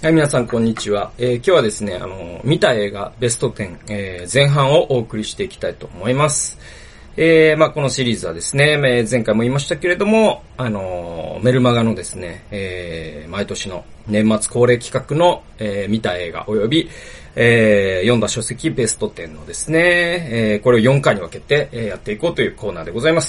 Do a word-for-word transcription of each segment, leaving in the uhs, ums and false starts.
はい、皆さんこんにちは。えー、今日はですね、あの、見た映画ベストじゅう、えー、前半をお送りしていきたいと思います。えー、まあこのシリーズはですね、前回も言いましたけれども、あの、メルマガのですね、えー、毎年の年末恒例企画の、えー、見た映画及び、えー、読んだ書籍ベストじゅうのですね、えー、これをよんかいに分けて、えー、やっていこうというコーナーでございます。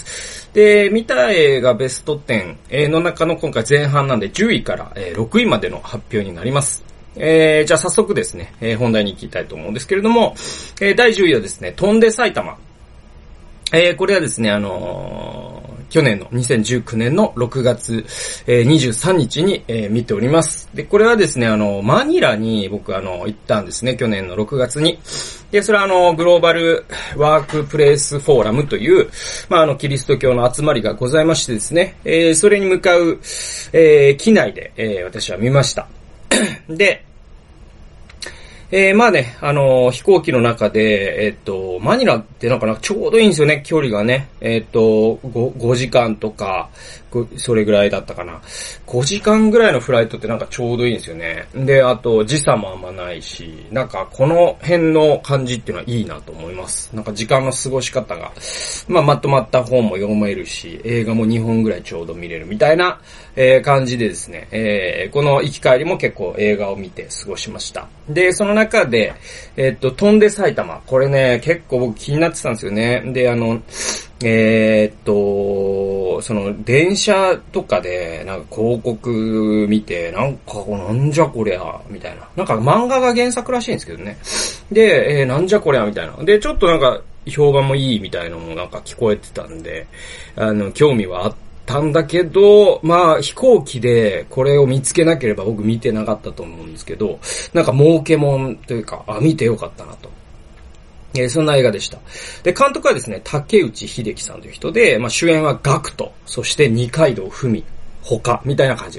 で、見た映画ベストじゅうの中の今回前半なんでじゅういから、えー、ろくいまでの発表になります。えー、じゃあ早速ですね、えー、本題に行きたいと思うんですけれども、えー、だいじゅういはですね、翔んで埼玉。えー、これはですね、あのー、去年のにせんじゅうきゅうねんのろくがつ、えー、にじゅうさんにちに、えー、見ております。で、これはですね、あの、マニラに僕あの、行ったんですね、去年のろくがつに。で、それはあの、グローバルワークプレイスフォーラムという、まあ、あの、キリスト教の集まりがございましてですね、えー、それに向かう、えー、機内で、えー、私は見ました。で、えー、まあね、あのー、飛行機の中で、えっと、マニラってなんかな、ちょうどいいんですよね、距離がね。えっと、ご、ごじかんとか、それぐらいだったかな。ごじかんぐらいのフライトってなんかちょうどいいんですよね。で、あと、時差もあんまないし、なんかこの辺の感じっていうのはいいなと思います。なんか時間の過ごし方が、まあまとまった本も読めるし、映画もにほんぐらいちょうど見れるみたいな、えー、感じでですね、えー、この行き帰りも結構映画を見て過ごしました。で、その中で、えっと、翔んで埼玉。これね、結構僕気になってたんですよね。で、あの、えー、っと、その、電車とかで、なんか広告見て、なんか、なんじゃこりゃ、みたいな。なんか漫画が原作らしいんですけどね。で、えー、なんじゃこりゃ、みたいな。で、ちょっとなんか、評判もいいみたいなのもなんか聞こえてたんで、あの、興味はあったんだけど、まあ、飛行機でこれを見つけなければ僕見てなかったと思うんですけど、なんか儲けもんというか、あ、見てよかったなと。えー、そんな映画でした。で、監督はですね、竹内秀樹さんという人で、まあ主演はガクト、そして二階堂ふみ、他、みたいな感じです。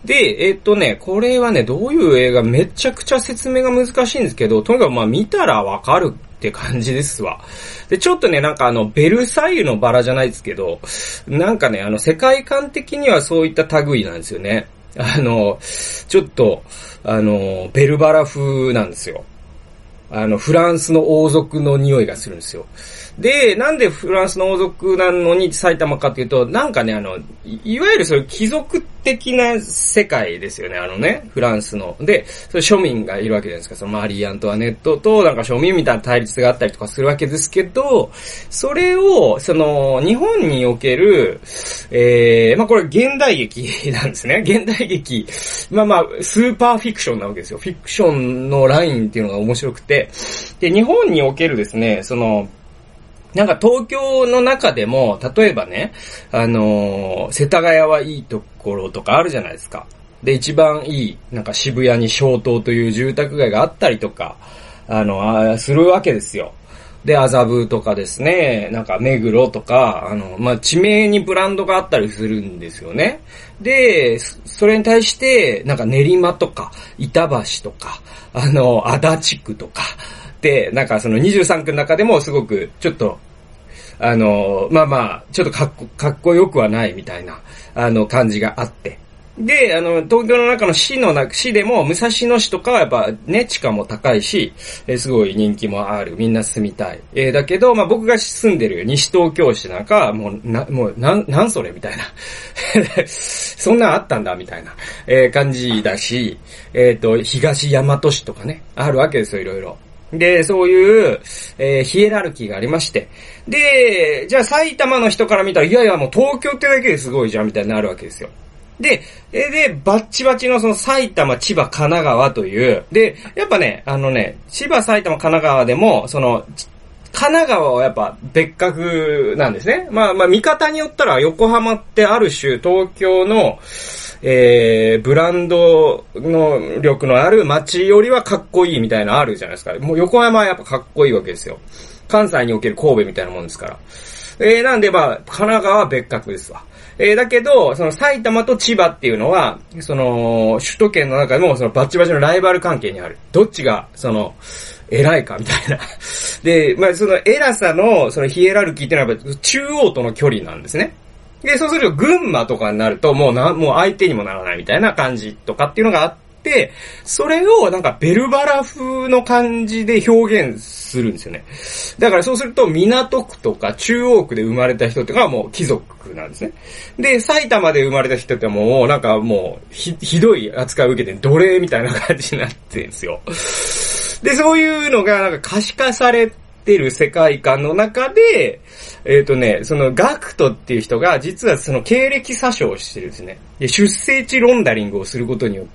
で、えー、っとね、これはね、どういう映画、めちゃくちゃ説明が難しいんですけど、とにかくまあ見たらわかるって感じですわ。で、ちょっとね、なんかあの、ベルサイユのバラじゃないですけど、なんかね、あの、世界観的にはそういった類なんですよね。あの、ちょっと、あの、ベルバラ風なんですよ。あの、フランスの王族の匂いがするんですよ。で、なんでフランスの王族なのに埼玉かっていうと、なんかね、あの、い, いわゆるそういう貴族的な世界ですよね、あのね、フランスの。で、それ庶民がいるわけじゃないですか、そのマリー・アントワネットと、なんか庶民みたいな対立があったりとかするわけですけど、それを、その、日本における、えー、まあこれ現代劇なんですね。現代劇。まあまあ、スーパーフィクションなわけですよ。フィクションのラインっていうのが面白くて、で、日本におけるですね、その、なんか東京の中でも、例えばね、あのー、世田谷はいいところとかあるじゃないですか。で、一番いい、なんか渋谷に松濤という住宅街があったりとか、あの、あするわけですよ。で、麻布とかですね、なんか目黒とか、あの、まあ、地名にブランドがあったりするんですよね。で、それに対して、なんか練馬とか、板橋とか、あの、足立区とか、で、なんかそのにじゅうさんくの中でもすごく、ちょっと、あの、まあまあ、ちょっとかっこ、かっこよくはないみたいな、あの、感じがあって。で、あの、東京の中の市の中、市でも、武蔵野市とかはやっぱね、地価も高いし、えー、すごい人気もある。みんな住みたい。えー、だけど、まあ僕が住んでる西東京市なんか、もう、な、もう、なん、なんそれみたいな。そんなんあったんだみたいな、えー、感じだし、えっと、東大和市とかね、あるわけですよ、いろいろ。で、そういう、えー、ヒエラルキーがありまして。で、じゃあ埼玉の人から見たら、いやいやもう東京ってだけですごいじゃん、みたいになるわけですよ。で、で、バッチバチのその埼玉、千葉、神奈川という、で、やっぱね、あのね、千葉、埼玉、神奈川でも、その、神奈川はやっぱ別格なんですね。まあまあ見方によったら横浜ってある種東京の、えー、ブランドの力のある街よりはかっこいいみたいなのあるじゃないですか。もう横浜はやっぱかっこいいわけですよ。関西における神戸みたいなもんですから。えー、なんでまあ、神奈川は別格ですわ。えー、だけど、その埼玉と千葉っていうのは、その、首都圏の中でもそのバッチバチのライバル関係にある。どっちが、その、偉いかみたいな。で、まあその偉さの、そのヒエラルキーっていうのはやっぱ中央との距離なんですね。で、そうすると群馬とかになるともうな、もう相手にもならないみたいな感じとかっていうのがあっで、それをなんかベルバラ風の感じで表現するんですよね。だからそうすると港区とか中央区で生まれた人ってのはもう貴族なんですね。で、埼玉で生まれた人ってもうなんかもう ひ, ひどい扱いを受けて奴隷みたいな感じになってるんですよ。で、そういうのがなんか可視化されてる世界観の中で、えっとね、そのガクトっていう人が実はその経歴詐称をしてるんですね。で、出生地ロンダリングをすることによって、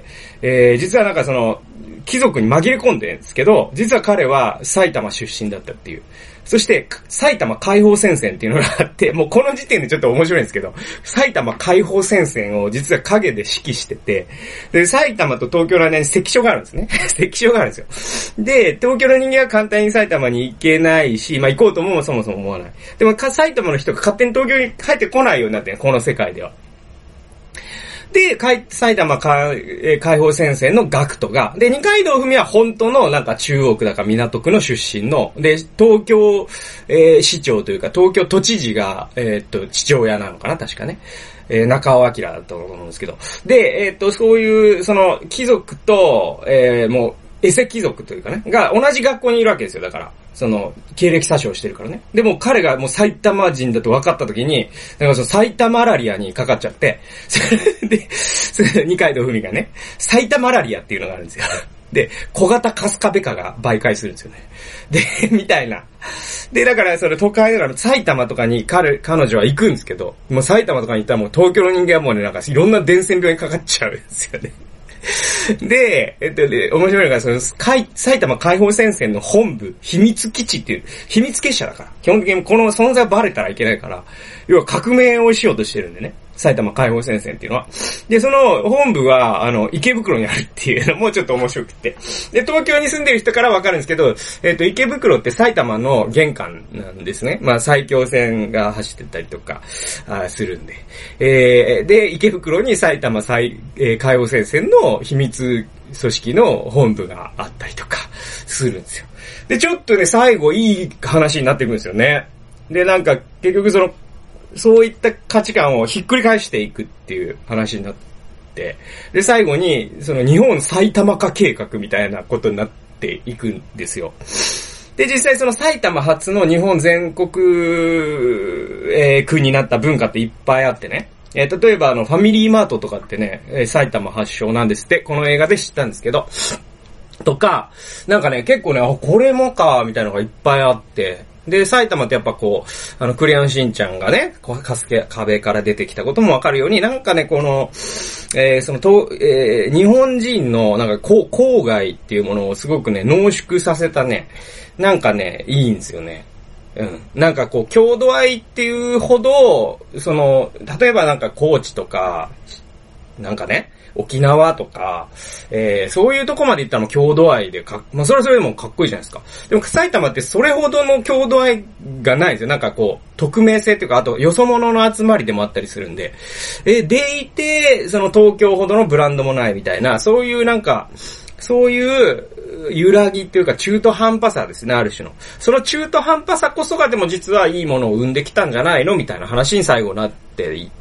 えー、実はなんかその貴族に紛れ込んでるんですけど、実は彼は埼玉出身だったっていう。そして、埼玉解放戦線っていうのがあって、もうこの時点でちょっと面白いんですけど、埼玉解放戦線を実は影で指揮してて、で、埼玉と東京の間に関所があるんですね。関所があるんですよ。で、東京の人間は簡単に埼玉に行けないし、まあ行こうともそもそも思わない。でも、埼玉の人が勝手に東京に帰ってこないようになってる、この世界では。で、埼玉解放戦線のガクトが、で、二階堂ふみは本当のなんか中央区だか港区の出身の、で、東京、えー、市長というか東京都知事が、えー、っと、父親なのかな、確かね。えー、中尾明だったと思うんですけど。で、えー、っと、そういう、その、貴族と、えー、もう、エセ貴族というかね、が同じ学校にいるわけですよ、だから。その、経歴詐称してるからね。でも彼がもう埼玉人だと分かった時に、なんかその埼玉ラリアにかかっちゃって、で、二階堂ふみがね、埼玉ラリアっていうのがあるんですよ。で、小型カスカベカが媒介するんですよね。で、みたいな。で、だからその都会の埼玉とかに彼、彼女は行くんですけど、もう埼玉とかに行ったらもう東京の人間はもうね、なんかいろんな伝染病にかかっちゃうんですよね。で、えっとね、面白いのが、その、埼玉解放戦線の本部、秘密基地っていう、秘密結社だから。基本的にこの存在バレたらいけないから、要は革命をしようとしてるんでね。埼玉解放戦線っていうのは。で、その本部は、あの、池袋にあるっていうのもちょっと面白くて。で、東京に住んでる人からわかるんですけど、えっと、池袋って埼玉の玄関なんですね。まあ、埼京線が走ってたりとか、あするんで。えー、で、池袋に埼玉再、えー、解放戦線の秘密組織の本部があったりとか、するんですよ。で、ちょっとね、最後いい話になってくるんですよね。で、なんか、結局その、そういった価値観をひっくり返していくっていう話になって、で、最後に、その日本埼玉化計画みたいなことになっていくんですよ。で、実際その埼玉発の日本全国、えー、区になった文化っていっぱいあってね。えー、例えばあの、ファミリーマートとかってね、えー、埼玉発祥なんですって、この映画で知ったんですけど、とか、なんかね、結構ね、あ、これもか、みたいなのがいっぱいあって、で、埼玉ってやっぱこう、あの、クレヨンしんちゃんがね、こう、かすけ、壁から出てきたこともわかるように、なんかね、この、えー、その、と、えー、日本人の、なんか、こう、郊外っていうものをすごくね、濃縮させたね、なんかね、いいんですよね。うん。なんかこう、郷土愛っていうほど、その、例えばなんか高知とか、なんかね、沖縄とか、えー、そういうとこまで行ったらもう郷土愛でかっ、まあそれはそれでもかっこいいじゃないですか。でも埼玉ってそれほどの郷土愛がないんですよ。なんかこう、匿名性っていうか、あとよそ者の集まりでもあったりするんで。えー、でいて、その東京ほどのブランドもないみたいな、そういうなんか、そういう揺らぎっていうか中途半端さですね、ある種の。その中途半端さこそがでも実はいいものを生んできたんじゃないのみたいな話に最後なっていって、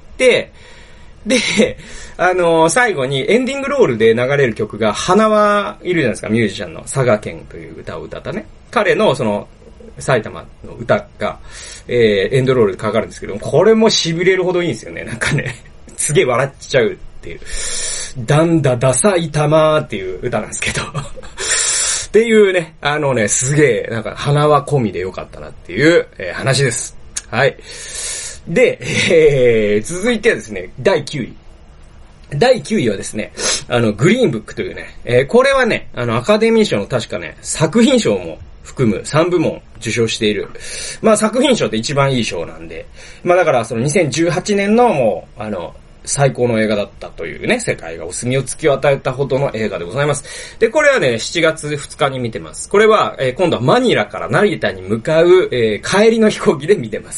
で、あのー、最後にエンディングロールで流れる曲が、花はいるじゃないですか、ミュージシャンの佐賀県という歌を歌ったね。彼のその、埼玉の歌が、えー、エンドロールでかかるんですけども、これも痺れるほどいいんですよね。なんかね、すげえ笑っちゃうっていう。だんだださいたまーっていう歌なんですけど。っていうね、あのね、すげえ、なんか花は込みでよかったなっていう、えー、話です。はい。で、えー、続いてはですね、だいきゅうい。だいきゅういはですね、あの、グリーンブックというね、えー、これはね、あの、アカデミー賞の確かね、作品賞も含むさんぶもん受賞している。まあ、作品賞って一番いい賞なんで、まあだからそのにせんじゅうはちねんのもう、あの、最高の映画だったというね、世界がお墨を突き与えたほどの映画でございます。で、これはね、しちがつふつかに見てます。これは、えー、今度はマニラから成田に向かう、えー、帰りの飛行機で見てます。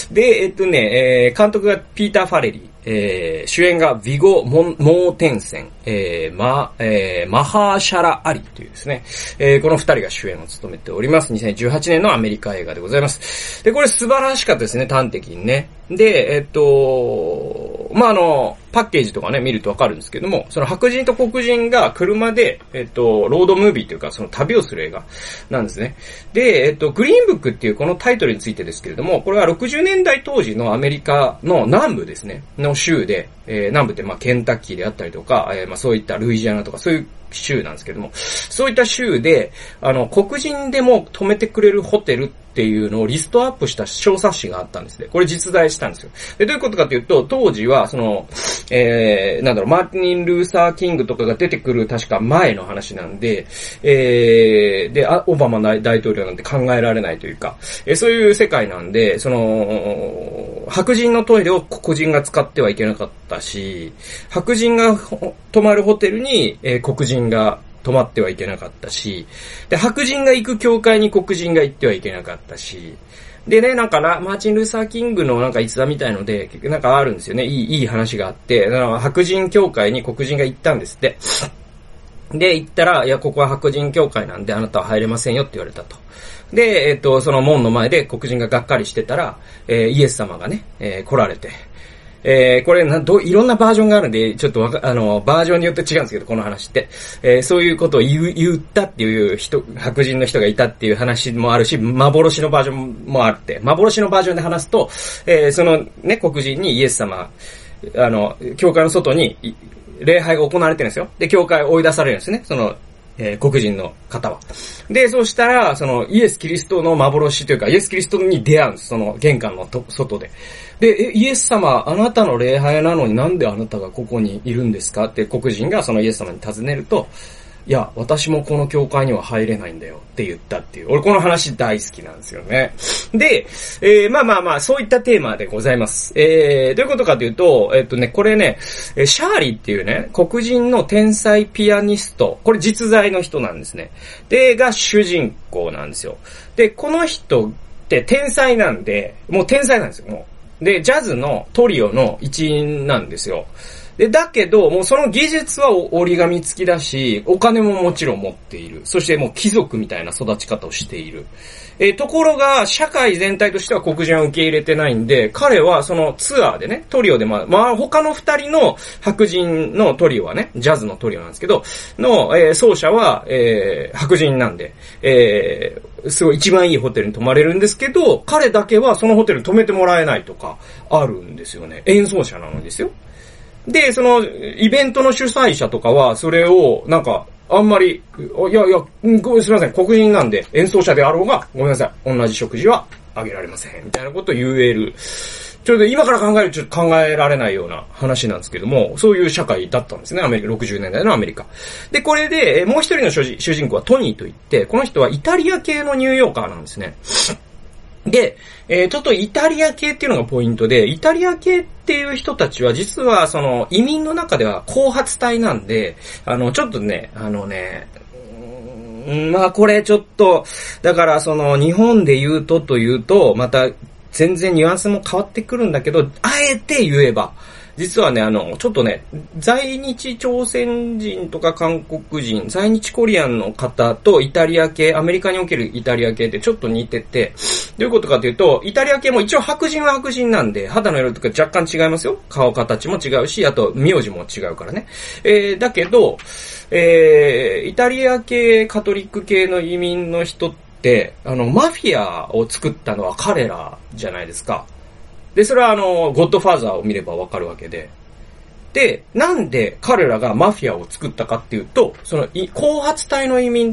で、えっとね、えー、監督がピーター・ファレリー、えー、主演がヴィゴ・モン、モーテンセン、えー、マ、えー、マハーシャラ・アリというですね、えー、この二人が主演を務めております。にせんじゅうはちねんのアメリカ映画でございます。で、これ素晴らしかったですね、端的にね。で、えっと、まあ、あの、 パッケージとかね、見るとわかるんですけども、その白人と黒人が車で、えっと、ロードムービーというか、その旅をする映画なんですね。で、えっと、グリーンブックっていうこのタイトルについてですけれども、これはろくじゅうねんだい当時のアメリカの南部ですね、の州で、えー、南部ってまあケンタッキーであったりとか、えー、まあそういったルイジアナとかそういう州なんですけども、そういった州で、あの、黒人でも泊めてくれるホテルっていうのをリストアップした小冊子があったんですね。これ実在したんですよ。で、どういうことかというと、当時は、その、えー、なんだろう、マーティン・ルーサー・キングとかが出てくる確か前の話なんで、えー、で、オバマ大統領なんて考えられないというか、えー、そういう世界なんで、その、白人のトイレを黒人が使ってはいけなかったし、白人が泊まるホテルに、えー、黒人が泊まってはいけなかったし、で、白人が行く教会に黒人が行ってはいけなかったし、でね、なんかな、マーチン・ルーサー・キングのなんか逸話みたいので、なんかあるんですよね。いい、いい話があって、だから白人教会に黒人が行ったんですって。で、行ったら、いや、ここは白人教会なんであなたは入れませんよって言われたと。で、えっと、その門の前で黒人ががっかりしてたら、えー、イエス様がね、えー、来られて、えー、これな、ど、いろんなバージョンがあるんで、ちょっとわか、あの、バージョンによって違うんですけど、この話って。えー、そういうことを言う、言ったっていう人、白人の人がいたっていう話もあるし、幻のバージョンもあって、幻のバージョンで話すと、えー、そのね、黒人にイエス様、あの、教会の外に、礼拝が行われてるんですよ。で、教会を追い出されるんですね。その、えー、黒人の方は。で、そうしたら、その、イエス・キリストの幻というか、イエス・キリストに出会うんです。その、玄関のと外で。で、え、イエス様、あなたの礼拝なのになんであなたがここにいるんですかって黒人がそのイエス様に尋ねると、いや、私もこの教会には入れないんだよって言ったっていう。俺この話大好きなんですよね。で、えー、まあまあまあ、そういったテーマでございます。えー、どういうことかというと、えっとね、これね、シャーリーっていうね、黒人の天才ピアニスト、これ実在の人なんですね。で、が主人公なんですよ。で、この人って天才なんで、もう天才なんですよ、もう。で、ジャズのトリオの一員なんですよ。で、だけど、もうその技術は折り紙付きだし、お金ももちろん持っている。そしてもう貴族みたいな育ち方をしている。えー、ところが、社会全体としては黒人は受け入れてないんで、彼はそのツアーでね、トリオでまあ、まあ他の二人の白人のトリオはね、ジャズのトリオなんですけど、の、えー、奏者は、えー、白人なんで、えー、すごい一番いいホテルに泊まれるんですけど、彼だけはそのホテルに泊めてもらえないとか、あるんですよね。演奏者なのですよ。で、その、イベントの主催者とかは、それを、なんか、あんまり、いやいや、ごめん、すみません、黒人なんで、演奏者であろうが、ごめんなさい、同じ食事はあげられません、みたいなことを言える。ちょっと今から考えるとちょっと考えられないような話なんですけども、そういう社会だったんですね、アメリカ、ろくじゅうねんだいのアメリカ。で、これで、もう一人の主人公はトニーといって、この人はイタリア系のニューヨーカーなんですね。で、えー、ちょっとイタリア系っていうのがポイントで、イタリア系っていう人たちは実はその移民の中では後発隊なんで、あの、ちょっとね、あのね、うーん、まあこれちょっと、だからその日本で言うとというと、また全然ニュアンスも変わってくるんだけど、あえて言えば、実はね、あの、ちょっとね、在日朝鮮人とか韓国人、在日コリアンの方とイタリア系、アメリカにおけるイタリア系ってちょっと似てて、どういうことかというと、イタリア系も一応白人は白人なんで、肌の色とか若干違いますよ。顔形も違うし、あと、名字も違うからね。えー、だけど、えー、イタリア系、カトリック系の移民の人って、あの、マフィアを作ったのは彼らじゃないですか。で、それはあの、ゴッドファーザーを見ればわかるわけで。で、なんで彼らがマフィアを作ったかっていうと、その、後発隊の移民って、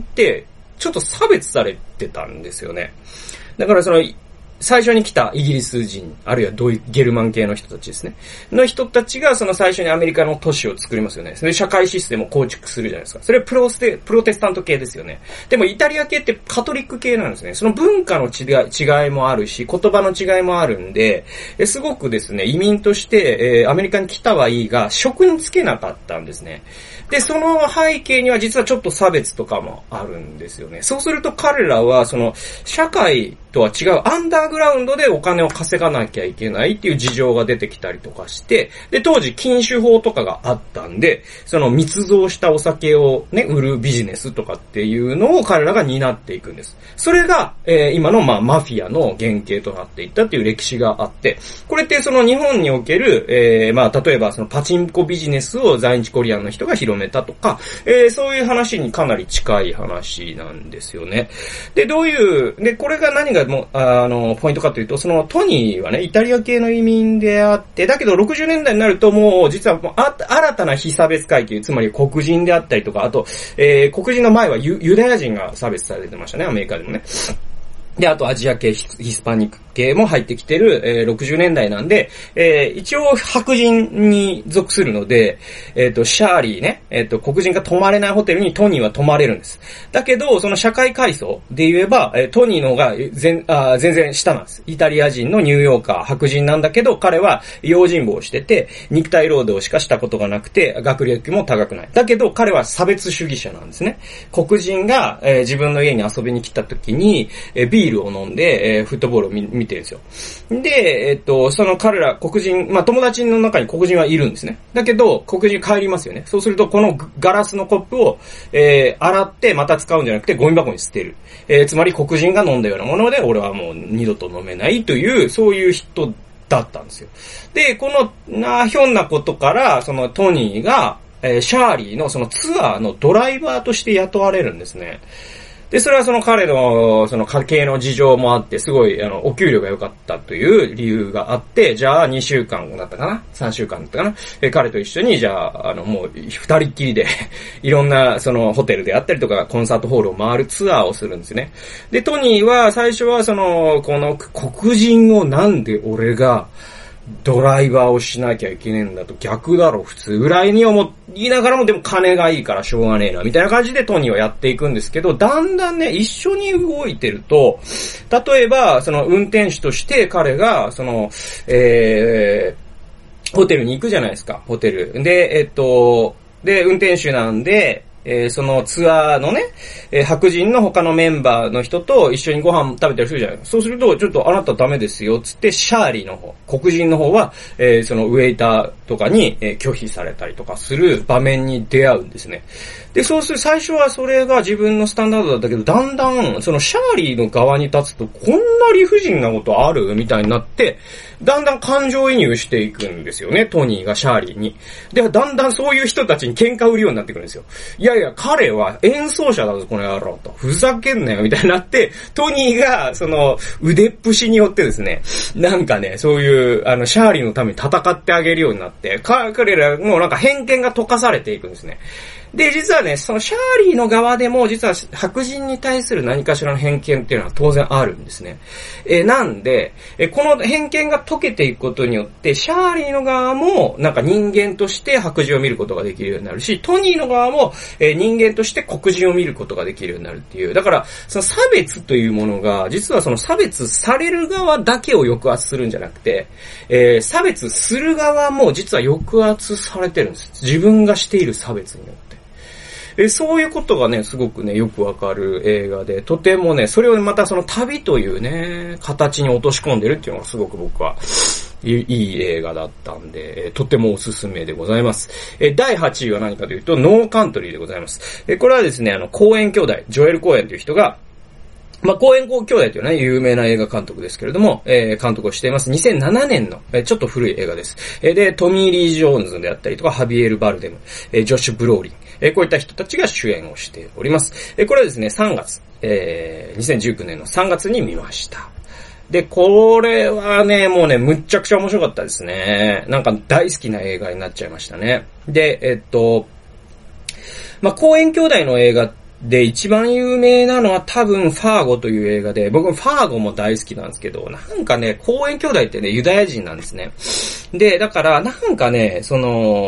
ちょっと差別されてたんですよね。だからその、最初に来たイギリス人、あるいはドイゲルマン系の人たちですね。の人たちがその最初にアメリカの都市を作りますよね。それで社会システムを構築するじゃないですか。それはプロステ、プロテスタント系ですよね。でもイタリア系ってカトリック系なんですね。その文化の違い、違いもあるし、言葉の違いもあるんで、すごくですね、移民として、えー、アメリカに来たはいいが、職に就けなかったんですね。で、その背景には実はちょっと差別とかもあるんですよね。そうすると彼らは、その、社会とは違うアンダーグラウンドでお金を稼がなきゃいけないっていう事情が出てきたりとかして、で、当時禁酒法とかがあったんで、その密造したお酒をね、売るビジネスとかっていうのを彼らが担っていくんです。それが、えー、今のまあマフィアの原型となっていったっていう歴史があって、これってその日本における、えー、まあ例えばそのパチンコビジネスを在日コリアンの人が広めたとか、えー、そういう話にかなり近い話なんですよね。で、どういう、で、これが何がもう、あの、ポイントかというと、そのトニーはね、イタリア系の移民であって、だけどろくじゅうねんだいになるともう、実はもうあ新たな非差別階級、つまり黒人であったりとか、あと、えー、黒人の前はユ、ユダヤ人が差別されてましたね、アメリカでもね。で、あとアジア系、ヒスパニック系も入ってきてる、えー、ろくじゅうねんだいなんで、えー、一応白人に属するので、えっ、ー、と、シャーリーね、えっ、ー、と、黒人が泊まれないホテルにトニーは泊まれるんです。だけど、その社会階層で言えば、えー、トニーの方が全あ全然下なんです。イタリア人のニューヨーカー、白人なんだけど、彼は用心棒をしてて、肉体労働しかしたことがなくて、学歴も高くない。だけど、彼は差別主義者なんですね。黒人が、えー、自分の家に遊びに来た時に、えー、ビールを飲んで、えー、フットボールを見、見てるんですよ。で、えっと、その彼ら、黒人、まあ、友達の中に黒人はいるんですね。だけど、黒人帰りますよね。そうすると、このガラスのコップを、えー、洗ってまた使うんじゃなくて、ゴミ箱に捨てる。えー、つまり黒人が飲んだようなもので、俺はもう二度と飲めないという、そういう人だったんですよ。で、この、な、ひょんなことから、そのトニーが、えー、シャーリーのそのツアーのドライバーとして雇われるんですね。で、それはその彼の、その家計の事情もあって、すごい、あの、お給料が良かったという理由があって、じゃあにしゅうかんだったかな ?さん 週間だったかなえ彼と一緒に、じゃあ、あの、もう、二人っきりで、いろんな、その、ホテルであったりとか、コンサートホールを回るツアーをするんですね。で、トニーは、最初は、その、この、黒人をなんで俺が、ドライバーをしなきゃいけねえんだと逆だろ普通ぐらいに思いながらもでも金がいいからしょうがねえなみたいな感じでトニーはやっていくんですけど、だんだんね一緒に動いてると、例えばその運転手として彼がそのえーホテルに行くじゃないですか、ホテルでえっとで運転手なんでえー、そのツアーのね、えー、白人の他のメンバーの人と一緒にご飯食べたりするじゃないですか。そうすると、ちょっとあなたダメですよ、つって、シャーリーの方、黒人の方は、えー、そのウェイターとかに、えー、拒否されたりとかする場面に出会うんですね。で、そうする、最初はそれが自分のスタンダードだったけど、だんだん、そのシャーリーの側に立つと、こんな理不尽なことあるみたいになって、だんだん感情移入していくんですよね、トニーがシャーリーに。で、だんだんそういう人たちに喧嘩売るようになってくるんですよ。いやいや、彼は演奏者だぞ、この野郎と。ふざけんなよ、みたいになって、トニーが、その、腕っぷしによってですね、なんかね、そういう、あの、シャーリーのために戦ってあげるようになって、彼らもなんか偏見が溶かされていくんですね。で、実はね、そのシャーリーの側でも、実は白人に対する何かしらの偏見っていうのは当然あるんですね。えー、なんで、えー、この偏見が解けていくことによって、シャーリーの側も、なんか人間として白人を見ることができるようになるし、トニーの側も、えー、人間として黒人を見ることができるようになるっていう。だから、その差別というものが、実はその差別される側だけを抑圧するんじゃなくて、えー、差別する側も実は抑圧されてるんです。自分がしている差別によって。えそういうことがね、すごくね、よくわかる映画で、とてもね、それをまたその旅というね、形に落とし込んでるっていうのがすごく僕はいい、いい映画だったんで、えとてもおすすめでございます。えだいはちいは何かというと、ノーカントリーでございます。えこれはですね、あの、コーエン兄弟、ジョエル・コーエンという人が、まあ、コーエン兄弟というのはね、有名な映画監督ですけれども、えー、監督をしています。にせんななねんの、えー、ちょっと古い映画です。えー、で、トミー・リー・ジョーンズであったりとか、ハビエル・バルデム、えー、ジョッシュ・ブローリン、えー、こういった人たちが主演をしております。えー、これはですね、さんがつ、えー、にせんじゅうきゅうねんのさんがつに見ました。で、これはね、もうね、むっちゃくちゃ面白かったですね。なんか大好きな映画になっちゃいましたね。で、えっと、まあ、コーエン兄弟の映画で、一番有名なのは多分ファーゴという映画で、僕ファーゴも大好きなんですけど、なんかね、コーエン兄弟ってね、ユダヤ人なんですね。で、だから、なんかね、その、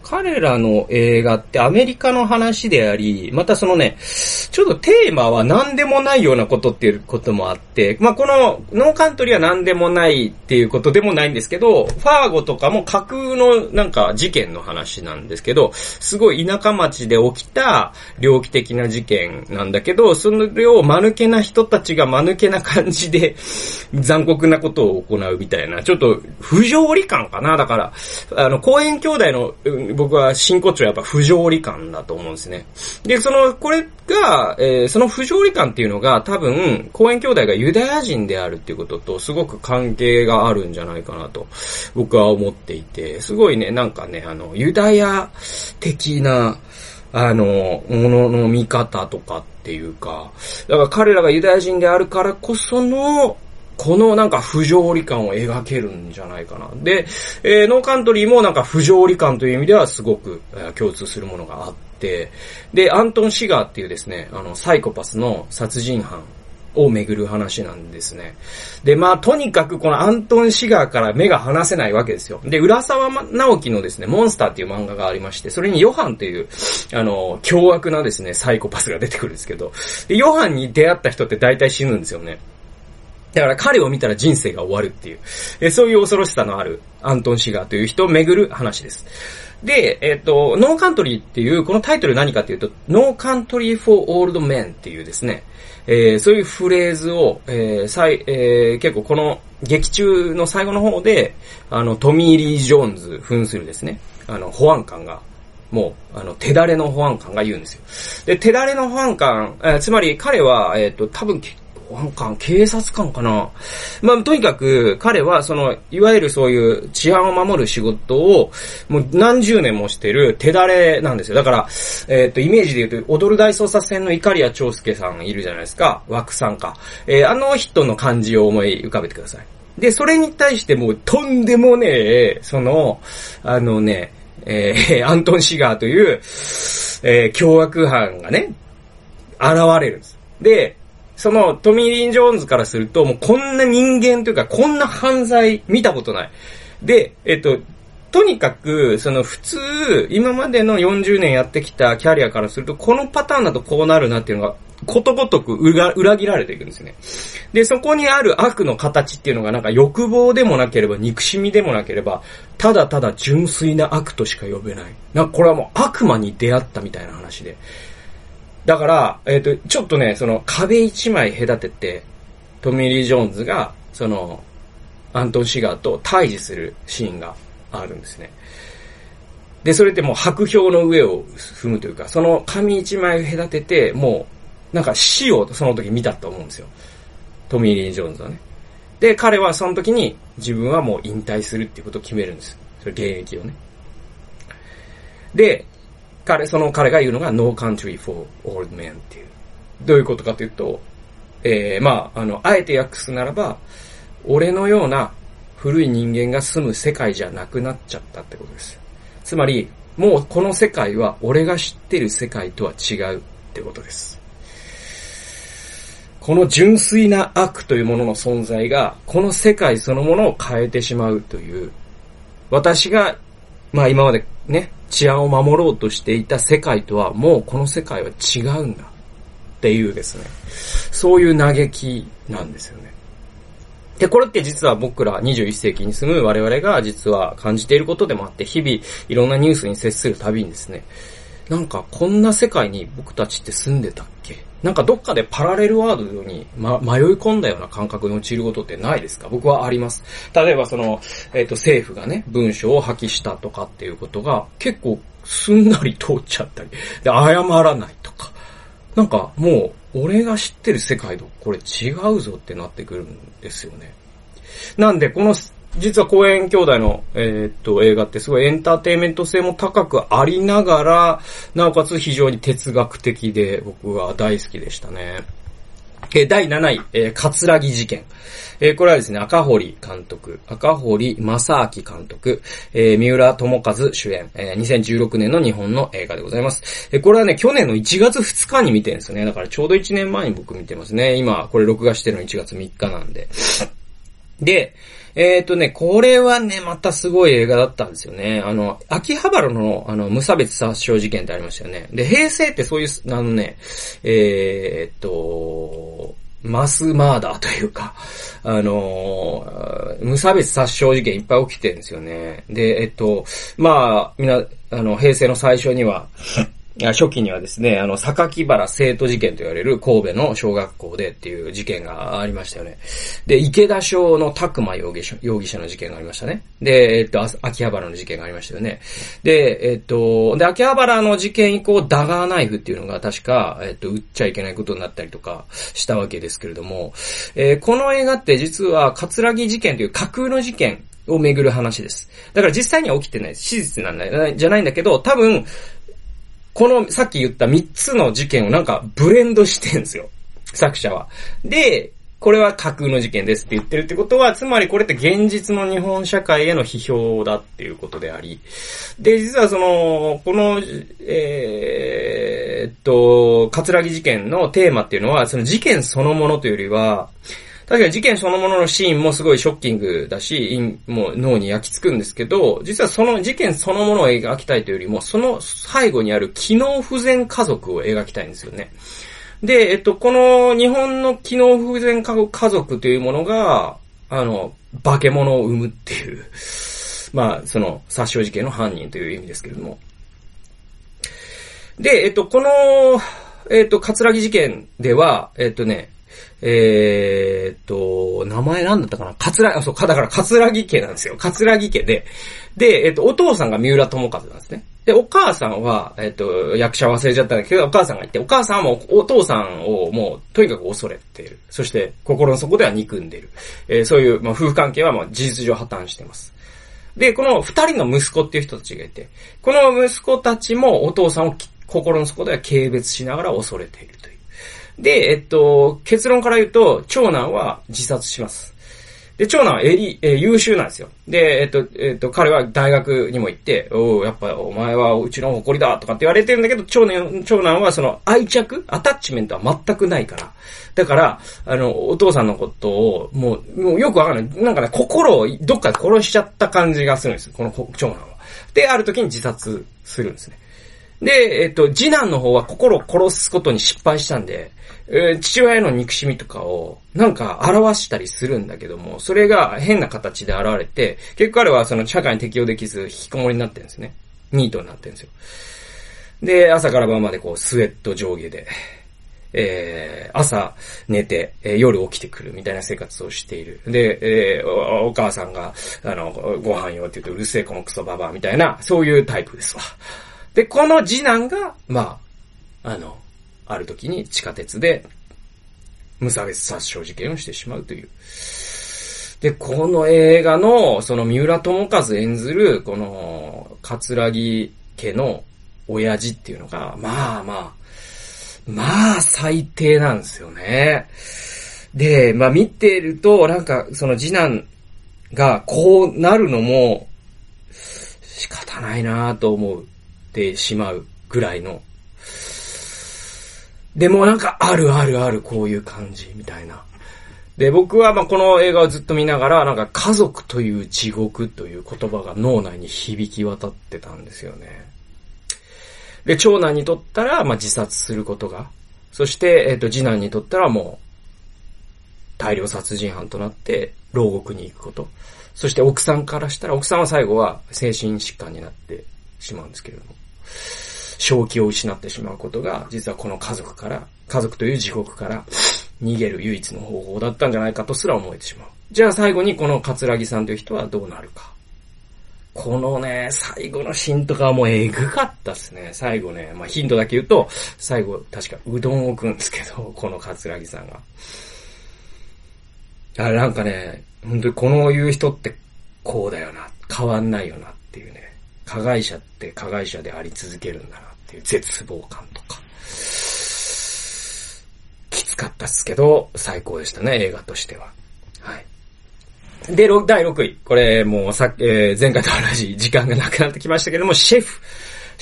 彼らの映画ってアメリカの話であり、またそのね、ちょっとテーマは何でもないようなことっていうこともあって、まあ、このノーカントリーは何でもないっていうことでもないんですけど、ファーゴとかも架空のなんか事件の話なんですけど、すごい田舎町で起きた猟奇的な事件なんだけど、それを間抜けな人たちが間抜けな感じで残酷なことを行うみたいな、ちょっと不条理感かな。だから、あの、コーエン兄弟の、僕は真骨頂はやっぱ不条理感だと思うんですね。で、その、これが、えー、その不条理感っていうのが多分、コーエン兄弟がユダヤ人であるっていうこととすごく関係があるんじゃないかなと僕は思っていて、すごいね、なんかね、あの、ユダヤ的な、あの、ものの見方とかっていうか、だから彼らがユダヤ人であるからこその、このなんか不条理感を描けるんじゃないかな。で、えー、ノーカントリーもなんか不条理感という意味ではすごく、えー、共通するものがあって、で、アントン・シガーっていうですね、あの、サイコパスの殺人犯をめぐる話なんですね。で、まあ、とにかくこのアントン・シガーから目が離せないわけですよ。で、浦沢直樹のですね、モンスターっていう漫画がありまして、それにヨハンという、あの、凶悪なですね、サイコパスが出てくるんですけど、でヨハンに出会った人って大体死ぬんですよね。だから彼を見たら人生が終わるっていう、えそういう恐ろしさのあるアントン・シガーという人をめぐる話です。で、えっと、ノーカントリーっていう、このタイトル何かっていうと、ノーカントリー・フォー・オールド・メンっていうですね、えー、そういうフレーズを、えーさいえー、結構この劇中の最後の方で、あの、トミー・リー・ジョーンズ扮するですね、あの、保安官が、もう、あの、手だれの保安官が言うんですよ。で、手だれの保安官、えー、つまり彼は、えっと、多分、保安官、警察官かな。まあ、とにかく、彼は、その、いわゆるそういう治安を守る仕事を、もう何十年もしてる手だれなんですよ。だから、えっと、イメージで言うと、踊る大捜査線の碇谷長介さんいるじゃないですか。枠さんか。えー、あの人の感じを思い浮かべてください。で、それに対してもう、とんでもねえ、その、あのね、えー、アントン・シガーという、えー、凶悪犯がね、現れるんです。で、そのトミー・リン・ジョーンズからすると、もうこんな人間というか、こんな犯罪見たことない。で、えっと、とにかく、その普通、今までのよんじゅうねんやってきたキャリアからすると、このパターンだとこうなるなっていうのが、ことごとく裏、裏切られていくんですね。で、そこにある悪の形っていうのがなんか欲望でもなければ、憎しみでもなければ、ただただ純粋な悪としか呼べない。なんかこれはもう悪魔に出会ったみたいな話で。だから、えっと、ちょっとね、その壁一枚隔てて、トミー・リー・ジョーンズが、その、アントン・シガーと対峙するシーンがあるんですね。で、それってもう白氷の上を踏むというか、その紙一枚隔てて、もう、なんか死をその時見たと思うんですよ。トミー・リー・ジョーンズはね。で、彼はその時に自分はもう引退するっていうことを決めるんです。それ現役をね。で、彼、その彼が言うのが No Country for Old Men っていう。どういうことかというと、えー、まあ、あの、あえて訳すならば、俺のような古い人間が住む世界じゃなくなっちゃったってことです。つまり、もうこの世界は俺が知ってる世界とは違うってことです。この純粋な悪というものの存在が、この世界そのものを変えてしまうという、私が、まあ今までね、治安を守ろうとしていた世界とはもうこの世界は違うんだっていうですね、そういう嘆きなんですよね。で、これって実は僕らにじゅういっせいきに住む我々が実は感じていることでもあって、日々いろんなニュースに接するたびにですね、なんかこんな世界に僕たちって住んでたっけ？なんかどっかでパラレルワールドに、ま、迷い込んだような感覚に陥ることってないですか？僕はあります。例えばその、えっと、政府がね、文書を破棄したとかっていうことが結構すんなり通っちゃったり、で、謝らないとか。なんかもう、俺が知ってる世界とこれ違うぞってなってくるんですよね。なんで、この、実はコーエン兄弟の、えー、っと、映画ってすごいエンターテインメント性も高くありながら、なおかつ非常に哲学的で僕は大好きでしたね。えー、だいなない、えー、葛城事件。えー、これはですね、赤堀監督、赤堀正明監督、えー、三浦友和主演、えー、にせんじゅうろくねんの日本の映画でございます。えー、これはね、去年のいちがつふつかに見てるんですよね。だからちょうどいちねんまえに僕見てますね。今、これ録画してるのいちがつみっかなんで。で、 えっとね、これはね、またすごい映画だったんですよね。あの、秋葉原の、あの、無差別殺傷事件ってありましたよね。で、平成ってそういう、あのね、えー、っと、マスマーダーというか、あのー、無差別殺傷事件いっぱい起きてるんですよね。で、えっと、まあ、みんな、あの、平成の最初には、初期にはですね、あの、榊原生徒事件と言われる神戸の小学校でっていう事件がありましたよね。で、池田小の拓馬容疑者、容疑者の事件がありましたね。で、えっと、秋葉原の事件がありましたよね。で、えっと、で、秋葉原の事件以降、ダガーナイフっていうのが確か、えっと、撃っちゃいけないことになったりとかしたわけですけれども、えー、この映画って実は、葛城事件という架空の事件をめぐる話です。だから実際には起きてないです。史実なんだ、じゃないんだけど、多分、このさっき言ったみっつの事件をなんかブレンドしてんですよ。作者は。で、これは架空の事件ですって言ってるってことは、つまりこれって現実の日本社会への批評だっていうことであり。で、実はその、この、えー、っと、葛城事件のテーマっていうのは、その事件そのものというよりは、確かに事件そのもののシーンもすごいショッキングだし、もう脳に焼き付くんですけど、実はその事件そのものを描きたいというよりも、その背後にある機能不全家族を描きたいんですよね。で、えっと、この日本の機能不全家族というものが、あの、化け物を生むっていう、まあ、その殺傷事件の犯人という意味ですけれども。で、えっと、この、えっと、葛城事件では、えっとね、えー、っと、名前なんだったかな桂、あ、そう、だから桂木家なんですよ。桂木家で。で、えっと、お父さんが三浦友和なんですね。で、お母さんは、えっと、役者忘れちゃったんだけど、お母さんがいて、お母さんはもうお父さんをもう、とにかく恐れている。そして、心の底では憎んでいる。えー、そういう、まあ、夫婦関係は、まあ、事実上破綻しています。で、この二人の息子っていう人たちがいて、この息子たちもお父さんを心の底では軽蔑しながら恐れているという。で、えっと、結論から言うと、長男は自殺します。で、長男はエリ、えー、優秀なんですよ。で、えっと、えっと、彼は大学にも行って、おう、やっぱお前はうちの誇りだとかって言われてるんだけど、長男、長男はその愛着、アタッチメントは全くないから。だから、あの、お父さんのことを、もう、もうよくわかんない。なんかね、心をどっかで殺しちゃった感じがするんです。この長男は。で、ある時に自殺するんですね。で、えっと、次男の方は心を殺すことに失敗したんで、えー、父親への憎しみとかをなんか表したりするんだけども、それが変な形で現れて、結局彼はその社会に適応できず引きこもりになってるんですね。ニートになってるんですよ。で、朝から晩までこうスウェット上下で、えー、朝寝て、えー、夜起きてくるみたいな生活をしている。で、えー、お, お母さんが、あの、ご飯よって言うとうるせえこのクソババアみたいな、そういうタイプですわ。で、この次男が、まあ、あの、ある時に地下鉄で無差別殺傷事件をしてしまうという。で、この映画の、その三浦友和演ずる、この、葛城家の親父っていうのが、まあまあ、まあ最低なんですよね。で、まあ見てると、なんかその次男がこうなるのも仕方ないなと思ってしまうぐらいの。でもなんかあるあるあるこういう感じみたいな。で、僕はまあこの映画をずっと見ながら、なんか家族という地獄という言葉が脳内に響き渡ってたんですよね。で、長男にとったら、まあ自殺することが、そして、えっと、次男にとったらもう、大量殺人犯となって、牢獄に行くこと。そして奥さんからしたら、奥さんは最後は精神疾患になってしまうんですけれども、正気を失ってしまうことが、実はこの家族から、家族という地獄から逃げる唯一の方法だったんじゃないかとすら思えてしまう。じゃあ最後にこの葛城さんという人はどうなるか。このね、最後のシーンとかはもうえぐかったっすね。最後ね、まあヒントだけ言うと、最後確かうどんを食うんですけど、この葛城さんが。あれなんかね、本当にこの言う人ってこうだよな、変わんないよなっていうね、加害者って加害者であり続けるんだなっていう絶望感とか。きつかったっすけど、最高でしたね、映画としては。はい。で、だいろくい。これ、もうさ、えー、前回と同じ時間がなくなってきましたけども、シェフ。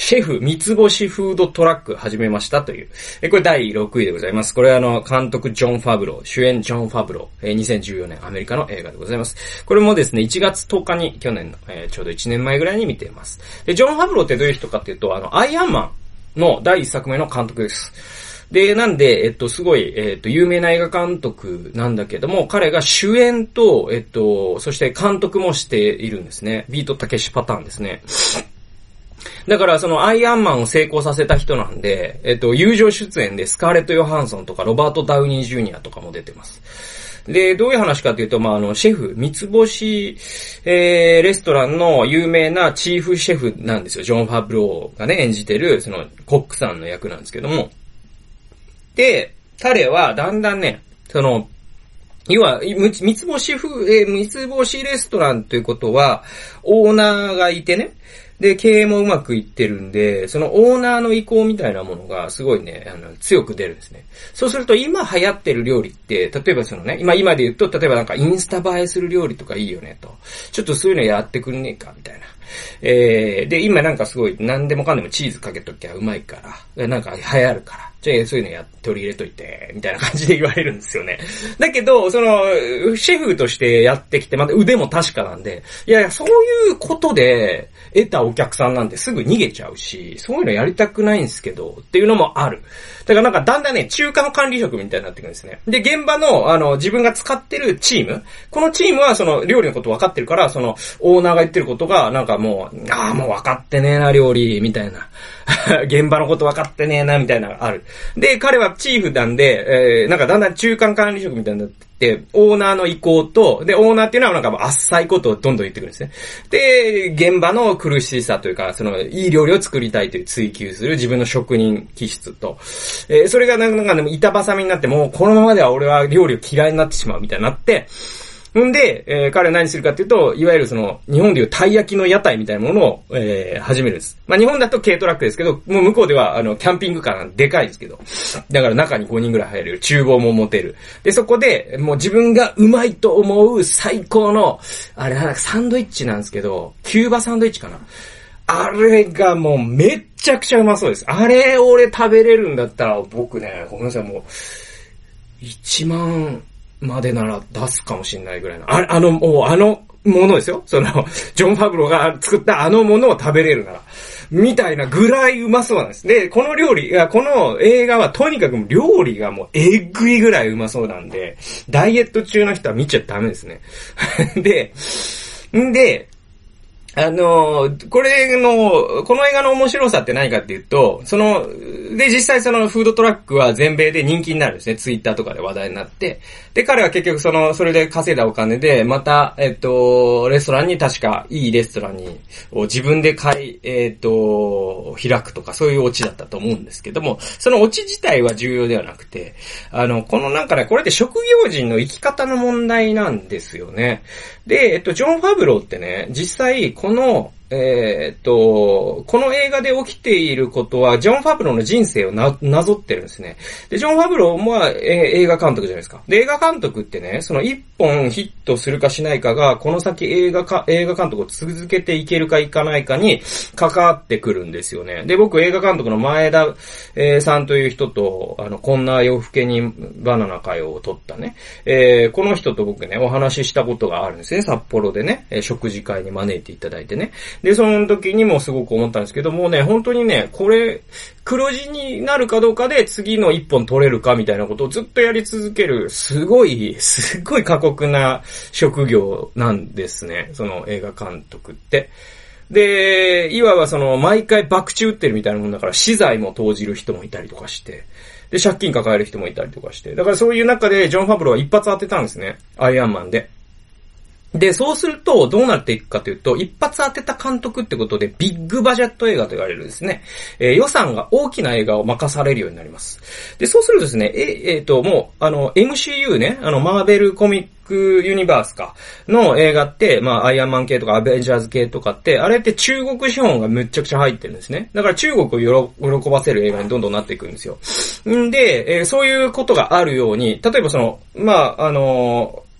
シェフ三つ星フードトラック始めましたという。え、これだいろくいでございます。これはあの、監督ジョン・ファブロー、主演ジョン・ファブロー、えー、にせんじゅうよねんアメリカの映画でございます。これもですね、いちがつとおかに、去年の、えー、ちょうどいちねんまえぐらいに見ています。で、ジョン・ファブローってどういう人かっていうと、あの、アイアンマンのだいいっさくめの監督です。で、なんで、えっと、すごい、えっと、有名な映画監督なんだけども、彼が主演と、えっと、そして監督もしているんですね。ビートたけしパターンですね。だから、そのアイアンマンを成功させた人なんで、えっと、友情出演でスカーレット・ヨハンソンとかロバート・ダウニー・ジュニアとかも出てます。で、どういう話かというと、まあ、あの、シェフ、三つ星、えー、レストランの有名なチーフシェフなんですよ。ジョン・ファブローがね、演じてる、その、コックさんの役なんですけども。で、彼はだんだんね、その、要は、三つ星風、えー、三つ星レストランということは、オーナーがいてね、で、経営もうまくいってるんで、そのオーナーの意向みたいなものがすごいね、あの、強く出るんですね。そうすると今流行ってる料理って、例えばそのね、今、今で言うと、例えばなんかインスタ映えする料理とかいいよねと。ちょっとそういうのやってくんねえかみたいな。えー、で、今なんかすごい何でもかんでもチーズかけときゃうまいから、なんか流行るから、じゃあそういうのや、取り入れといて、みたいな感じで言われるんですよね。だけど、その、シェフとしてやってきて、また腕も確かなんで、いやいや、そういうことで得たお客さんなんてすぐ逃げちゃうし、そういうのやりたくないんですけど、っていうのもある。だからなんかだんだんね、中間管理職みたいになってくるんですね。で、現場の、あの、自分が使ってるチーム、このチームはその料理のこと分かってるから、その、オーナーが言ってることが、なんかもう、ああ、もう分かってねえな、料理、みたいな。現場のこと分かってねえな、みたいなのがある。で、彼はチーフなんで、えー、なんかだんだん中間管理職みたいになって、オーナーの意向と、で、オーナーっていうのはなんか浅いことをどんどん言ってくるんですね。で、現場の苦しさというか、その、いい料理を作りたいという追求する自分の職人気質と、えー、それがなんかでも板挟みになって、もうこのままでは俺は料理を嫌いになってしまうみたいになって、んで、えー、彼は何するかっていうと、いわゆるその、日本でいうたい焼きの屋台みたいなものを、えー、始めるんです。まあ、日本だと軽トラックですけど、もう向こうでは、あの、キャンピングカーなんでかいですけど、だから中にごにんぐらい入れる、厨房も持てる。で、そこで、もう自分がうまいと思う最高の、あれなんかサンドイッチなんですけど、キューバサンドイッチかな。あれがもうめっちゃくちゃうまそうです。あれ俺食べれるんだったら、僕ね、ごめんなさい、もう、いちまん、までなら出すかもしれないぐらいの。あ、あの、もうあのものですよ。その、ジョン・ファブローが作ったあのものを食べれるなら。みたいなぐらいうまそうなんです。で、この料理、この映画はとにかく料理がもうえぐいぐらいうまそうなんで、ダイエット中の人は見ちゃダメですね。で、んで、あのー、これの、この映画の面白さって何かっていうと、その、で、実際そのフードトラックは全米で人気になるんですね。ツイッターとかで話題になって。で、彼は結局その、それで稼いだお金で、また、えっと、レストランに確か、いいレストランに、を自分で買い、えっと、開くとか、そういうオチだったと思うんですけども、そのオチ自体は重要ではなくて、あの、このなんかね、これって職業人の生き方の問題なんですよね。で、えっと、ジョン・ファブローってね、実際、この、えー、っと、この映画で起きていることは、ジョン・ファブローの人生をな、なぞってるんですね。で、ジョン・ファブローも、えー、映画監督じゃないですか。で、映画監督ってね、その一本ヒットするかしないかが、この先映画か、映画監督を続けていけるかいかないかに関わってくるんですよね。で、僕映画監督の前田、えー、さんという人と、あの、こんな夜更けにバナナかよを撮ったね、えー、この人と僕ね、お話ししたことがあるんですね。札幌でね、食事会に招いていただいてね。で、その時にもすごく思ったんですけど、もうね、本当にね、これ、黒字になるかどうかで次の一本取れるかみたいなことをずっとやり続ける、すごい、すごい過酷な職業なんですね。その映画監督って。で、いわばその、毎回爆打ってるみたいなもんだから、資材も投じる人もいたりとかして、で、借金抱える人もいたりとかして、だからそういう中でジョン・ファブローは一発当てたんですね。アイアンマンで。で、そうすると、どうなっていくかというと、一発当てた監督ってことで、ビッグバジェット映画と言われるですね、えー、予算が大きな映画を任されるようになります。で、そうするとですね、え、えーと、もう、あの、エムシーユー ね、あの、マーベルコミックユニバースか、の映画って、まあ、アイアンマン系とかアベンジャーズ系とかって、あれって中国資本がむっちゃくちゃ入ってるんですね。だから中国を喜ばせる映画にどんどんなっていくんですよ。んで、えー、そういうことがあるように、例えばその、まあ、あのー、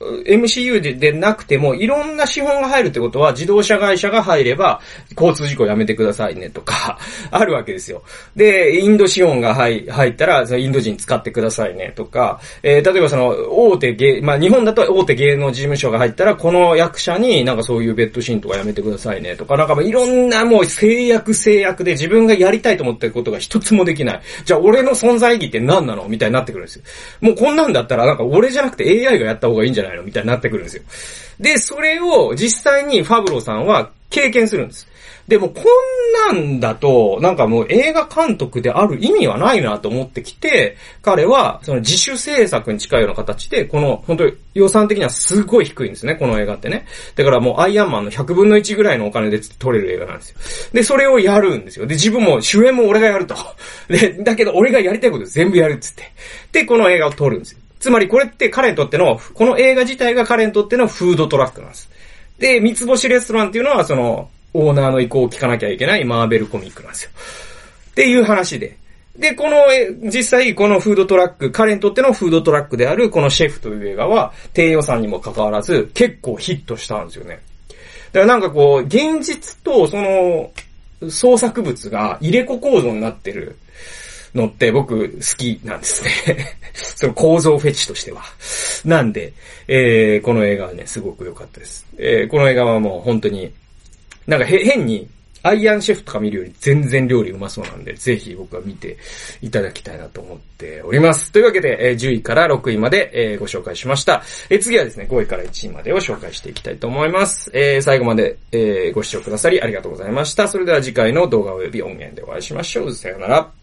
エムシーユー で, でなくても、いろんな資本が入るってことは、自動車会社が入れば、交通事故やめてくださいねとか、あるわけですよ。で、インド資本が入入ったら、そのインド人使ってくださいねとか、えー、例えばその、大手芸、まあ日本だと大手芸能事務所が入ったら、この役者になんかそういうベッドシーンとかやめてくださいねとか、なんかいろんなもう制約制約で自分がやりたいと思ってることが一つもできない。じゃあ俺の存在意義って何なのみたいになってくるんですよ。もうこんなんだったらなんか俺じゃなくて エーアイ がやった方がいいんじゃないのみたいになってくるんですよ。で、それを実際にファブローさんは経験するんです。でもこんなんだと、なんかもう映画監督である意味はないなと思ってきて、彼はその自主制作に近いような形で、この本当に予算的にはすごい低いんですね、この映画ってね。だからもうアイアンマンのひゃくぶんのいちぐらいのお金で撮れる映画なんですよ。で、それをやるんですよ。で、自分も主演も俺がやると。で、だけど俺がやりたいこと全部やるっつって。で、この映画を撮るんですよ。つまりこれって彼にとっての、この映画自体が彼にとってのフードトラックなんです。で、三つ星レストランっていうのはその、オーナーの意向を聞かなきゃいけないマーベルコミックなんですよ。っていう話で。で、この、実際このフードトラック、彼にとってのフードトラックであるこのシェフという映画は、低予算にもかかわらず、結構ヒットしたんですよね。だからなんかこう、現実とその、創作物が入れ子構造になってるのって僕好きなんですね。その構造フェチとしては。なんで、えー、この映画はね、すごく良かったです。えー、この映画はもう本当に、なんか変に、アイアンシェフとか見るより全然料理うまそうなんで、ぜひ僕は見ていただきたいなと思っております。というわけで、じゅういからろくいまでご紹介しました。次はですね、ごいからいちいまでを紹介していきたいと思います。最後までご視聴くださりありがとうございました。それでは次回の動画及び音源でお会いしましょう。さよなら。